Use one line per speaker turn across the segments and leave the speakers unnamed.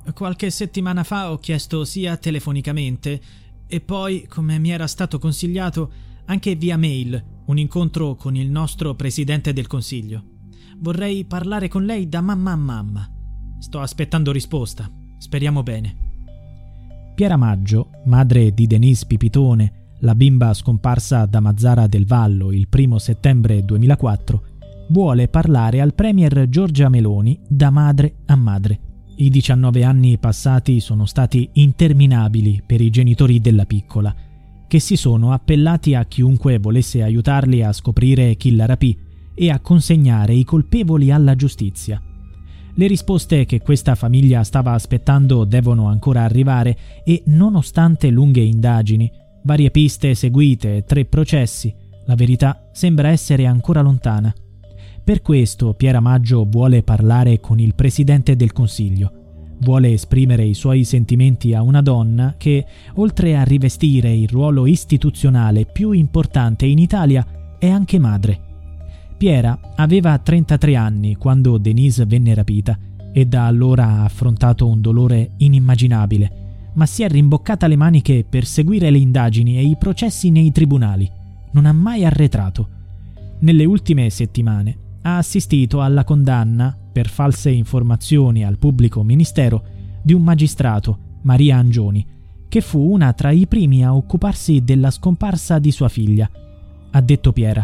Qualche settimana fa ho chiesto sia telefonicamente e poi, come mi era stato consigliato, anche via mail un incontro con il nostro Presidente del Consiglio. Vorrei parlare con lei da mamma a mamma. Sto aspettando risposta. Speriamo bene.
Piera Maggio, madre di Denise Pipitone, la bimba scomparsa da Mazara del Vallo il 1 settembre 2004, vuole parlare al premier Giorgia Meloni da madre a madre. I 19 anni passati sono stati interminabili per i genitori della piccola, che si sono appellati a chiunque volesse aiutarli a scoprire chi la rapì e a consegnare i colpevoli alla giustizia. Le risposte che questa famiglia stava aspettando devono ancora arrivare e, nonostante lunghe indagini, varie piste seguite e 3 processi, la verità sembra essere ancora lontana. Per questo Piera Maggio vuole parlare con il Presidente del Consiglio. Vuole esprimere i suoi sentimenti a una donna che, oltre a rivestire il ruolo istituzionale più importante in Italia, è anche madre. Piera aveva 33 anni quando Denise venne rapita e da allora ha affrontato un dolore inimmaginabile, ma si è rimboccata le maniche per seguire le indagini e i processi nei tribunali. Non ha mai arretrato. Nelle ultime settimane ha assistito alla condanna per false informazioni al pubblico ministero di un magistrato, Maria Angioni, che fu una tra i primi a occuparsi della scomparsa di sua figlia. Ha detto Piera: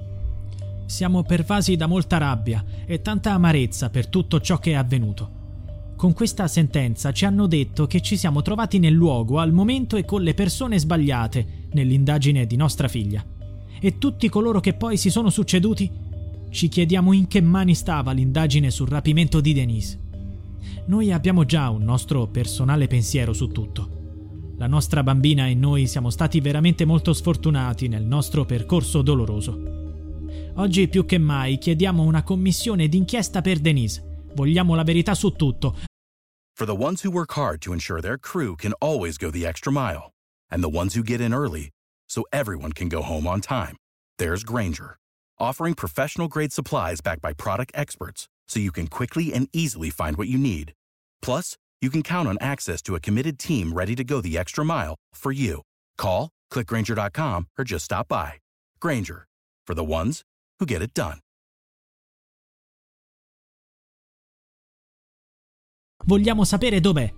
siamo pervasi da molta rabbia e tanta amarezza per tutto ciò che è avvenuto. Con questa sentenza ci hanno detto che ci siamo trovati nel luogo, al momento e con le persone sbagliate nell'indagine di nostra figlia. E tutti coloro che poi si sono succeduti, ci chiediamo in che mani stava l'indagine sul rapimento di Denise. Noi abbiamo già un nostro personale pensiero su tutto. La nostra bambina e noi siamo stati veramente molto sfortunati nel nostro percorso doloroso. Oggi più che mai chiediamo una commissione d'inchiesta per Denise. Vogliamo la verità su tutto.
For the ones who work hard to ensure their crew can always go the extra mile, and the ones who get in early so everyone can go home on time, there's Grainger, offering professional-grade supplies backed by product experts so you can quickly and easily find what you need. Plus, you can count on access to a committed team ready to go the extra mile for you. Call, click Grainger.com, or just stop by. Grainger, for the ones who get it done.
Vogliamo sapere dov'è.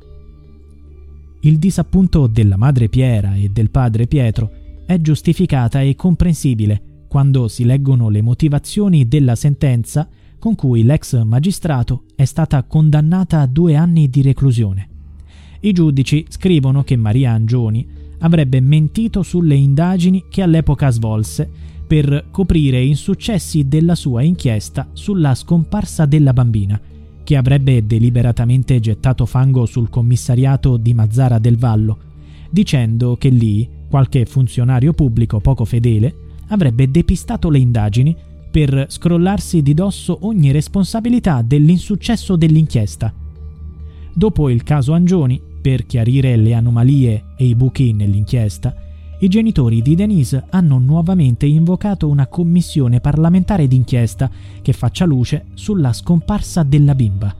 Il disappunto della madre Piera e del padre Pietro è giustificata e comprensibile quando si leggono le motivazioni della sentenza con cui l'ex magistrato è stata condannata a 2 anni di reclusione. I giudici scrivono che Maria Angioni avrebbe mentito sulle indagini che all'epoca svolse per coprire insuccessi della sua inchiesta sulla scomparsa della bambina, che avrebbe deliberatamente gettato fango sul commissariato di Mazara del Vallo, dicendo che lì qualche funzionario pubblico poco fedele avrebbe depistato le indagini per scrollarsi di dosso ogni responsabilità dell'insuccesso dell'inchiesta. Dopo il caso Angioni, per chiarire le anomalie e i buchi nell'inchiesta, i genitori di Denise hanno nuovamente invocato una commissione parlamentare d'inchiesta che faccia luce sulla scomparsa della bimba.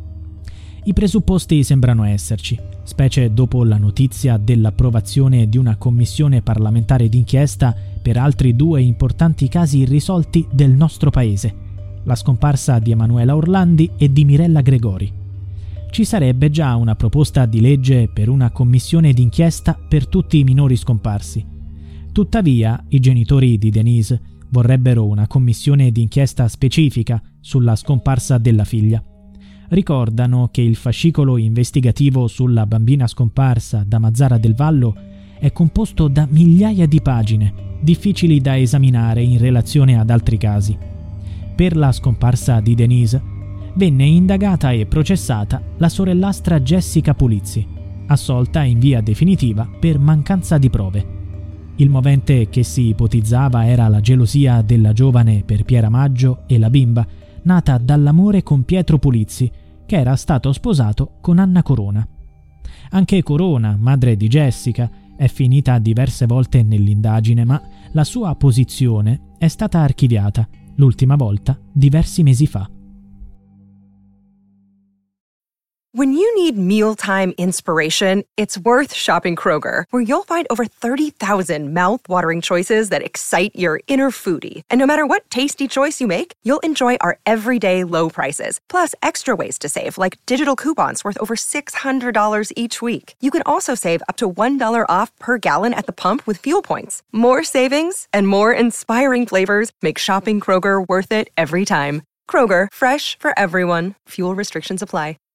I presupposti sembrano esserci, specie dopo la notizia dell'approvazione di una commissione parlamentare d'inchiesta per altri 2 importanti casi irrisolti del nostro paese, la scomparsa di Emanuela Orlandi e di Mirella Gregori. Ci sarebbe già una proposta di legge per una commissione d'inchiesta per tutti i minori scomparsi. Tuttavia, i genitori di Denise vorrebbero una commissione d'inchiesta specifica sulla scomparsa della figlia. Ricordano che il fascicolo investigativo sulla bambina scomparsa da Mazara del Vallo è composto da migliaia di pagine, difficili da esaminare in relazione ad altri casi. Per la scomparsa di Denise venne indagata e processata la sorellastra Jessica Pulizzi, assolta in via definitiva per mancanza di prove. Il movente che si ipotizzava era la gelosia della giovane per Piera Maggio e la bimba, nata dall'amore con Pietro Pulizzi, che era stato sposato con Anna Corona. Anche Corona, madre di Jessica, è finita diverse volte nell'indagine, ma la sua posizione è stata archiviata, l'ultima volta diversi mesi fa.
When you need mealtime inspiration, it's worth shopping Kroger, where you'll find over 30,000 mouth-watering choices that excite your inner foodie. And no matter what tasty choice you make, you'll enjoy our everyday low prices, plus extra ways to save, like digital coupons worth over $600 each week. You can also save up to $1 off per gallon at the pump with fuel points. More savings and more inspiring flavors make shopping Kroger worth it every time. Kroger, fresh for everyone. Fuel restrictions apply.